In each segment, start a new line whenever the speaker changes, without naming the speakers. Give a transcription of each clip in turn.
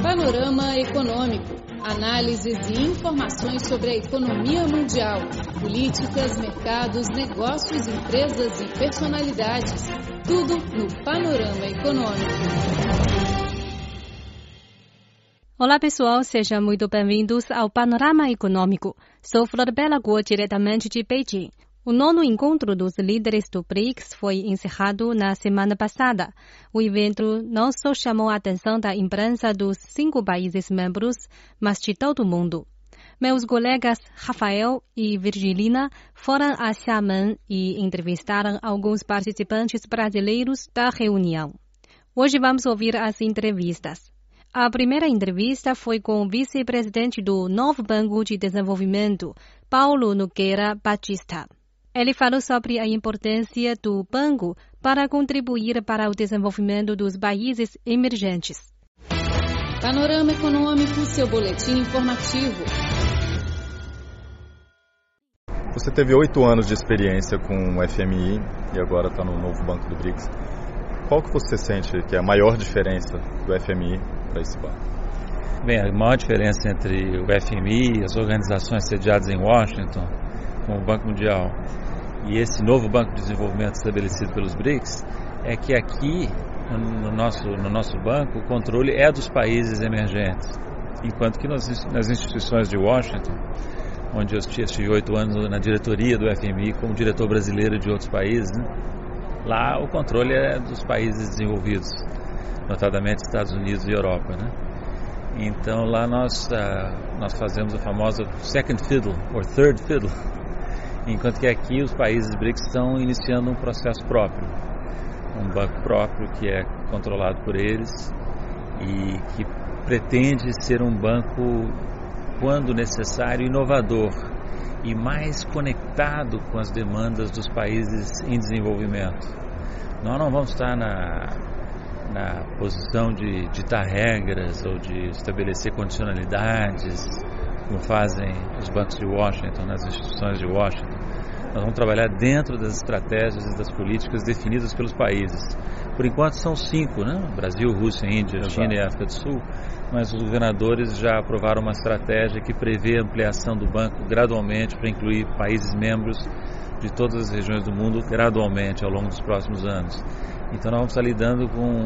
Panorama Econômico. Análises e informações sobre a economia mundial, políticas, mercados, negócios, empresas e personalidades. Tudo no Panorama Econômico.
Olá pessoal, sejam muito bem-vindos ao Panorama Econômico. Sou Flor Bela Guo, diretamente de Beijing. O 9º encontro dos líderes do BRICS foi encerrado na semana passada. O evento não só chamou a atenção da imprensa dos 5 países membros, mas de todo o mundo. Meus colegas Rafael e Virgilina foram a Xiamen e entrevistaram alguns participantes brasileiros da reunião. Hoje vamos ouvir as entrevistas. A primeira entrevista foi com o vice-presidente do Novo Banco de Desenvolvimento, Paulo Nogueira Batista. Ele falou sobre a importância do banco para contribuir para o desenvolvimento dos países emergentes.
Panorama Econômico, seu boletim informativo.
Você teve 8 anos de experiência com o FMI e agora está no novo Banco do BRICS. Qual que você sente que é a maior diferença do FMI para esse banco?
Bem, a maior diferença entre o FMI e as organizações sediadas em Washington, como o Banco Mundial, e esse novo Banco de Desenvolvimento estabelecido pelos BRICS, é que aqui, no nosso banco, o controle é dos países emergentes, enquanto que nas instituições de Washington, onde eu estive 8 anos na diretoria do FMI como diretor brasileiro de outros países, lá o controle é dos países desenvolvidos, notadamente Estados Unidos e Europa, Então lá nós fazemos a famosa second fiddle, ou third fiddle, enquanto que aqui os países BRICS estão iniciando um processo próprio, um banco próprio que é controlado por eles e que pretende ser um banco, quando necessário, inovador e mais conectado com as demandas dos países em desenvolvimento. Nós não vamos estar na posição de ditar regras ou de estabelecer condicionalidades, como fazem os bancos de Washington, nas instituições de Washington. Nós vamos trabalhar dentro das estratégias e das políticas definidas pelos países. Por enquanto são 5, Brasil, Rússia, Índia, China e África do Sul, mas os governadores já aprovaram uma estratégia que prevê a ampliação do banco gradualmente para incluir países membros de todas as regiões do mundo gradualmente ao longo dos próximos anos. Então nós vamos estar lidando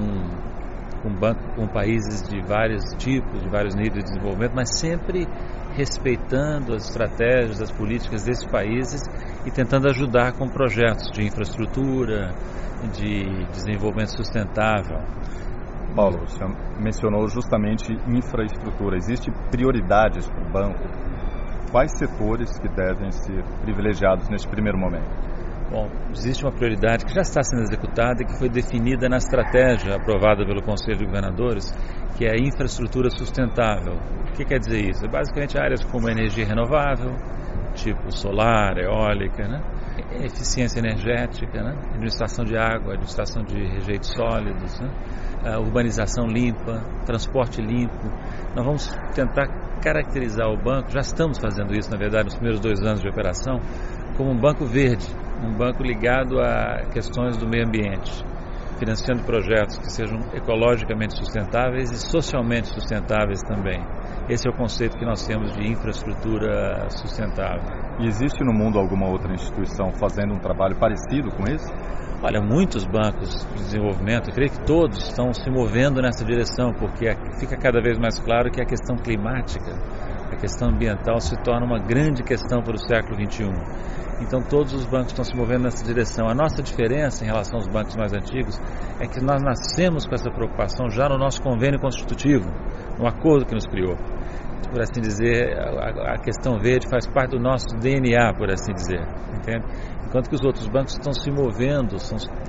com países de vários tipos, de vários níveis de desenvolvimento, mas sempre respeitando as estratégias, as políticas desses países e tentando ajudar com projetos de infraestrutura, de desenvolvimento sustentável.
Paulo, você mencionou justamente infraestrutura. Existem prioridades para o banco? Quais setores que devem ser privilegiados neste primeiro momento?
Bom, existe uma prioridade que já está sendo executada e que foi definida na estratégia aprovada pelo Conselho de Governadores, que é a infraestrutura sustentável. O que quer dizer isso? É basicamente áreas como energia renovável, tipo solar, eólica, eficiência energética, administração de água, administração de rejeitos sólidos, urbanização limpa, transporte limpo. Nós vamos tentar caracterizar o banco, já estamos fazendo isso, na verdade, nos primeiros 2 anos de operação, como um banco verde, um banco ligado a questões do meio ambiente, financiando projetos que sejam ecologicamente sustentáveis e socialmente sustentáveis também. Esse é o conceito que nós temos de infraestrutura sustentável.
E existe no mundo alguma outra instituição fazendo um trabalho parecido com esse?
Olha, muitos bancos de desenvolvimento, eu creio que todos estão se movendo nessa direção, porque fica cada vez mais claro que a questão climática, a questão ambiental se torna uma grande questão para o século XXI. Então todos os bancos estão se movendo nessa direção. A nossa diferença em relação aos bancos mais antigos é que nós nascemos com essa preocupação já no nosso convênio constitutivo, no acordo que nos criou. Por assim dizer, a questão verde faz parte do nosso DNA, por assim dizer, entende? Enquanto que os outros bancos estão se movendo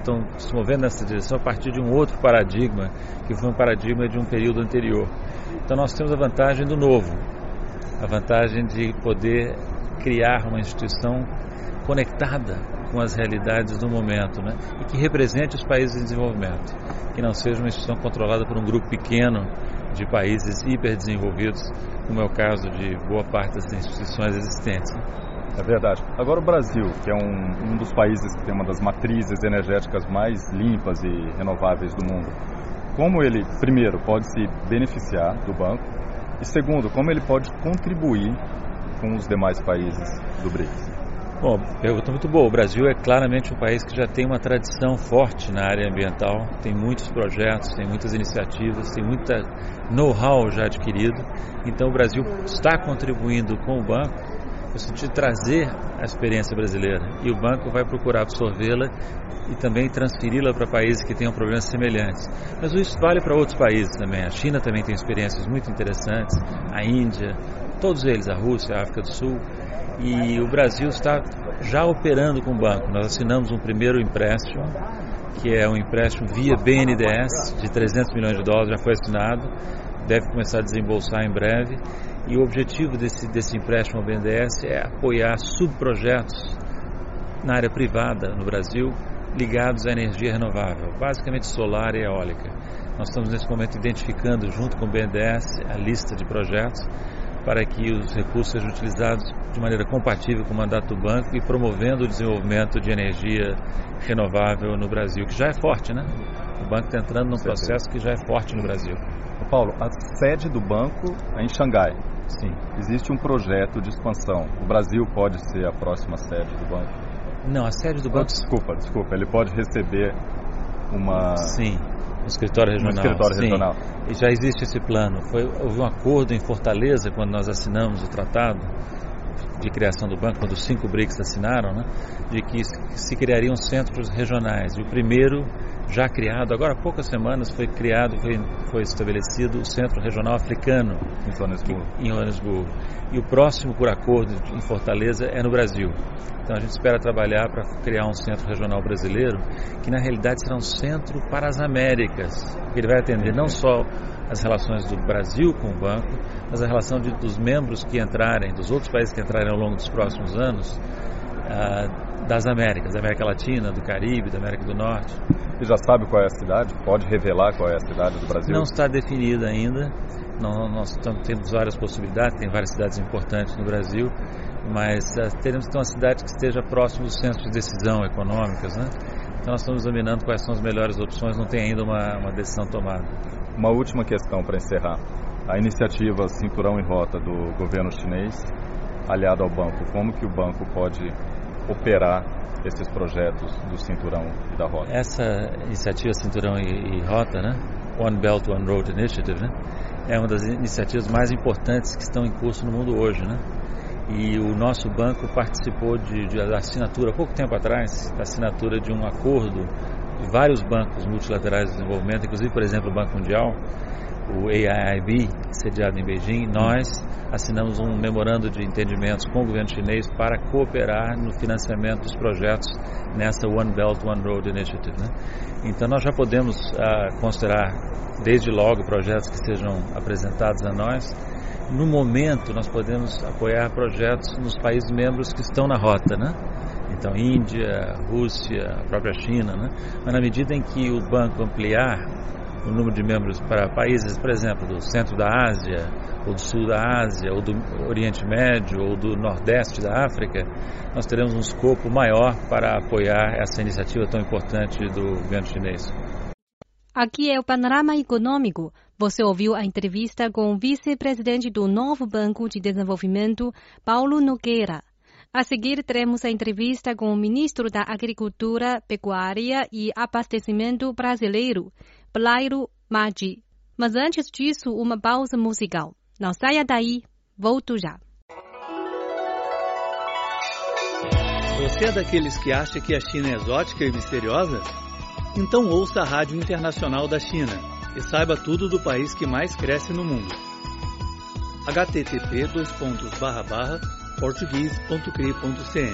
nessa direção a partir de um outro paradigma, que foi um paradigma de um período anterior. Então nós temos a vantagem do novo, a vantagem de poder criar uma instituição conectada com as realidades do momento, e que represente os países em desenvolvimento, que não seja uma instituição controlada por um grupo pequeno de países hiperdesenvolvidos, como é o caso de boa parte das instituições existentes.
É verdade. Agora o Brasil, que é um dos países que tem uma das matrizes energéticas mais limpas e renováveis do mundo, como ele, primeiro, pode se beneficiar do banco e, segundo, como ele pode contribuir com os demais países do BRICS.
Bom, pergunta muito boa. O Brasil é claramente um país que já tem uma tradição forte na área ambiental, tem muitos projetos, tem muitas iniciativas, tem muita know-how já adquirido. Então o Brasil está contribuindo com o banco no sentido de trazer a experiência brasileira e o banco vai procurar absorvê-la e também transferi-la para países que tenham problemas semelhantes. Mas isso vale para outros países também. A China também tem experiências muito interessantes, a Índia, todos eles, a Rússia, a África do Sul. E o Brasil está já operando com o banco. Nós assinamos um primeiro empréstimo, que é um empréstimo via BNDES de 300 milhões de dólares, já foi assinado, deve começar a desembolsar em breve. E o objetivo desse empréstimo ao BNDES é apoiar subprojetos na área privada no Brasil ligados à energia renovável, basicamente solar e eólica. Nós estamos nesse momento identificando junto com o BNDES a lista de projetos para que os recursos sejam utilizados de maneira compatível com o mandato do banco e promovendo o desenvolvimento de energia renovável no Brasil, que já é forte, né? O banco está entrando num processo que já é forte no Brasil.
Paulo, a sede do banco é em Xangai.
Sim.
Existe um projeto de expansão. O Brasil pode ser a próxima sede do banco?
Não, a sede do banco...
Desculpa. Ele pode receber uma...
Sim. Um escritório regional. E já existe esse plano. Houve um acordo em Fortaleza, quando nós assinamos o tratado de criação do banco, quando os 5 BRICS assinaram, né, de que se criariam centros regionais. E o primeiro, já criado, agora há poucas semanas, foi estabelecido o Centro Regional Africano em Joanesburgo. E o próximo, por acordo em Fortaleza, é no Brasil. Então a gente espera trabalhar para criar um centro regional brasileiro, que na realidade será um centro para as Américas. Ele vai atender não só as relações do Brasil com o banco, mas a relação dos membros que entrarem, dos outros países que entrarem ao longo dos próximos anos, das Américas, da América Latina, do Caribe, da América do Norte.
Você já sabe qual é a cidade? Pode revelar qual é a cidade do Brasil?
Não está definida ainda. Nós temos várias possibilidades, tem várias cidades importantes no Brasil, mas teremos que ter uma cidade que esteja próximo dos centros de decisão econômicas, né? Então nós estamos examinando quais são as melhores opções, não tem ainda uma decisão tomada.
Uma última questão para encerrar. A iniciativa Cinturão e Rota do governo chinês, aliado ao banco, como que o banco pode operar esses projetos do Cinturão e da Rota?
Essa iniciativa Cinturão e Rota, né? One Belt, One Road Initiative, né? É uma das iniciativas mais importantes que estão em curso no mundo hoje, né? E o nosso banco participou da assinatura, há pouco tempo atrás, da assinatura de um acordo de vários bancos multilaterais de desenvolvimento, inclusive, por exemplo, o Banco Mundial, o AIIB, sediado em Beijing. Nós assinamos um memorando de entendimentos com o governo chinês para cooperar no financiamento dos projetos nessa One Belt, One Road Initiative, né? Então nós já podemos considerar, desde logo, projetos que sejam apresentados a nós. No momento, nós podemos apoiar projetos nos países membros que estão na rota, né? Então, Índia, Rússia, a própria China, né? Mas na medida em que o banco ampliar o número de membros para países, por exemplo, do centro da Ásia, ou do sul da Ásia, ou do Oriente Médio, ou do Nordeste da África, nós teremos um escopo maior para apoiar essa iniciativa tão importante do governo chinês.
Aqui é o Panorama Econômico. Você ouviu a entrevista com o vice-presidente do novo Banco de Desenvolvimento, Paulo Nogueira. A seguir, teremos a entrevista com o ministro da Agricultura, Pecuária e Abastecimento brasileiro, Blairo Maggi. Mas antes disso, uma pausa musical. Não saia daí, volto já.
Você é daqueles que acha que a China é exótica e misteriosa? Então ouça a Rádio Internacional da China e saiba tudo do país que mais cresce no mundo. http://portugues.cri.cn.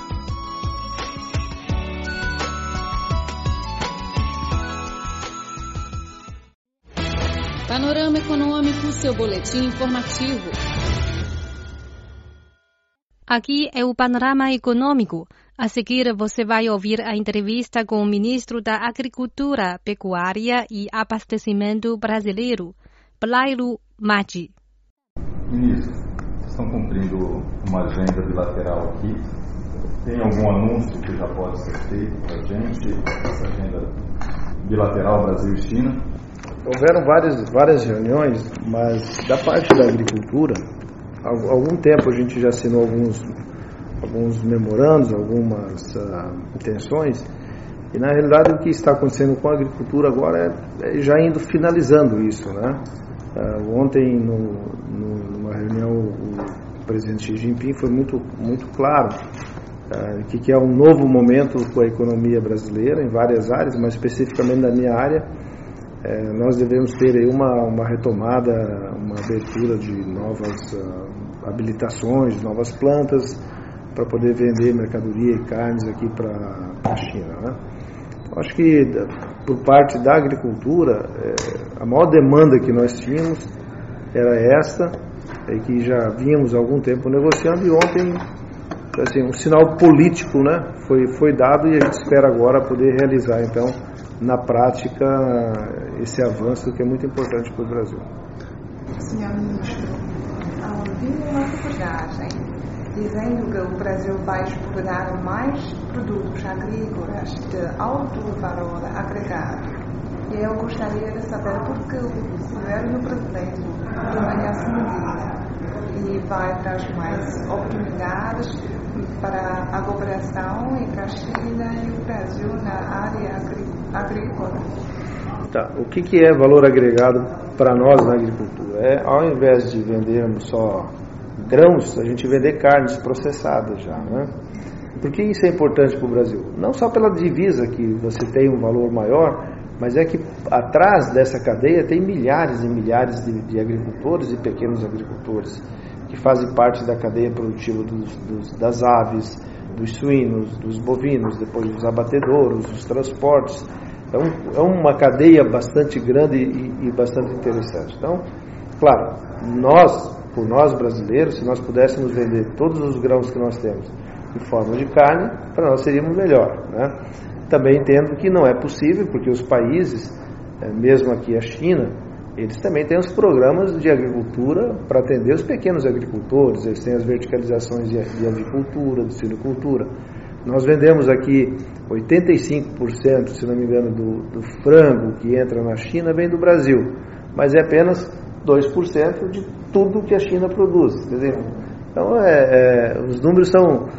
Panorama Econômico, seu boletim informativo.
Aqui é o Panorama Econômico. A seguir, você vai ouvir a entrevista com o ministro da Agricultura, Pecuária e Abastecimento brasileiro, Blairo Maggi.
Ministro, vocês estão cumprindo uma agenda bilateral aqui. Tem algum anúncio que já pode ser feito para a gente? Essa agenda bilateral Brasil e China?
Houveram várias reuniões, mas da parte da agricultura, há algum tempo a gente já assinou alguns memorandos, algumas intenções, e na realidade o que está acontecendo com a agricultura agora é já indo finalizando isso, né? Ontem, numa reunião, o presidente Xi Jinping foi muito claro que é um novo momento com a economia brasileira em várias áreas, mas especificamente na minha área, nós devemos ter aí uma retomada, uma abertura de novas habilitações, novas plantas para poder vender mercadoria e carnes aqui para a China, né? Acho que por parte da agricultura, a maior demanda que nós tínhamos era esta, que já vínhamos há algum tempo negociando, e ontem assim, um sinal político, né, foi dado, e a gente espera agora poder realizar então na prática esse avanço que é muito importante para o Brasil.
Senhor Ministro, vi uma reportagem dizendo que o Brasil vai exportar mais produtos agrícolas de alto valor agregado. E eu gostaria de saber por que o governo brasileiro toma essa medida e vai trazer mais oportunidades para a cooperação entre a China e o Brasil na área agrícola.
Tá. O que é valor agregado para nós na agricultura? Ao invés de vendermos só grãos, a gente vender carnes processadas já, né? Por que isso é importante para o Brasil? Não só pela divisa, que você tem um valor maior, mas é que atrás dessa cadeia tem milhares e milhares de agricultores e pequenos agricultores que fazem parte da cadeia produtiva das aves, dos suínos, dos bovinos, depois dos abatedouros, dos transportes. É uma cadeia bastante grande e bastante interessante. Então, claro, por nós brasileiros, se nós pudéssemos vender todos os grãos que nós temos em forma de carne, para nós seríamos melhor, né? Também entendo que não é possível, porque os países, mesmo aqui a China, eles também têm os programas de agricultura para atender os pequenos agricultores, eles têm as verticalizações de avicultura, de silvicultura. Nós vendemos aqui 85%, se não me engano, do frango que entra na China vem do Brasil, mas é apenas 2% de tudo que a China produz. Quer dizer, então, os números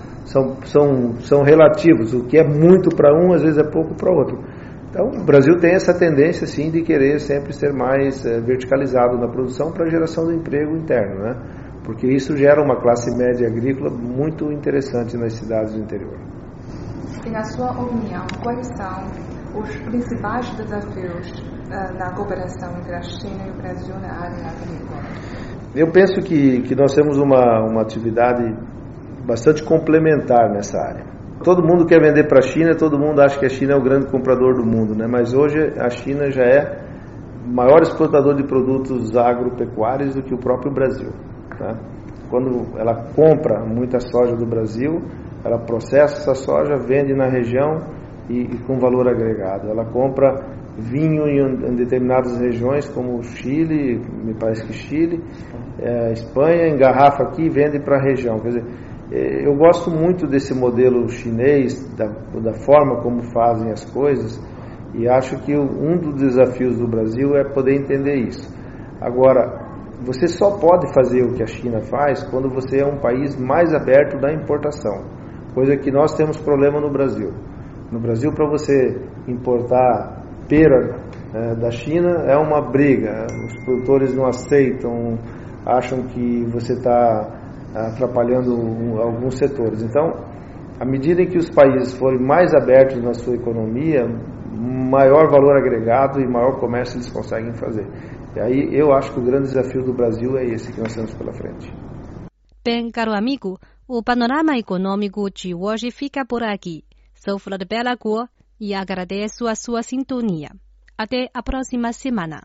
são relativos. O que é muito para um, às vezes é pouco para outro. Então, o Brasil tem essa tendência, sim, de querer sempre ser mais verticalizado na produção para a geração do emprego interno, né? Porque isso gera uma classe média agrícola muito interessante nas cidades do interior.
Em a sua opinião, quais são os principais desafios na cooperação entre a China e o Brasil na área agrícola?
Eu penso que nós temos uma atividade bastante complementar nessa área. Todo mundo quer vender para a China, todo mundo acha que a China é o grande comprador do mundo, né? Mas hoje a China já é maior exportador de produtos agropecuários do que o próprio Brasil, tá? Quando ela compra muita soja do Brasil, ela processa essa soja, vende na região e com valor agregado. Ela compra vinho em determinadas regiões, como o Chile, me parece que Chile, Espanha, engarrafa aqui e vende para a região. Quer dizer, eu gosto muito desse modelo chinês, da forma como fazem as coisas, e acho que um dos desafios do Brasil é poder entender isso. Agora, você só pode fazer o que a China faz quando você é um país mais aberto da importação, coisa que nós temos problema no Brasil. No Brasil, para você importar pera da China, é uma briga. Os produtores não aceitam, acham que você está atrapalhando alguns setores. Então, à medida em que os países forem mais abertos na sua economia, maior valor agregado e maior comércio eles conseguem fazer. E aí eu acho que o grande desafio do Brasil é esse que nós temos pela frente.
Bem, caro amigo, o panorama econômico de hoje fica por aqui. Sou Flor de Bela Guo e agradeço a sua sintonia. Até a próxima semana.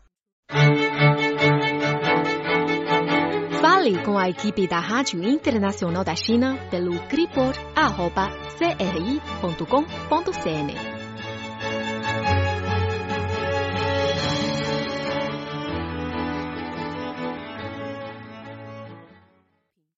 Fale com a equipe da Rádio Internacional da China pelo cripor@cri.com.cn.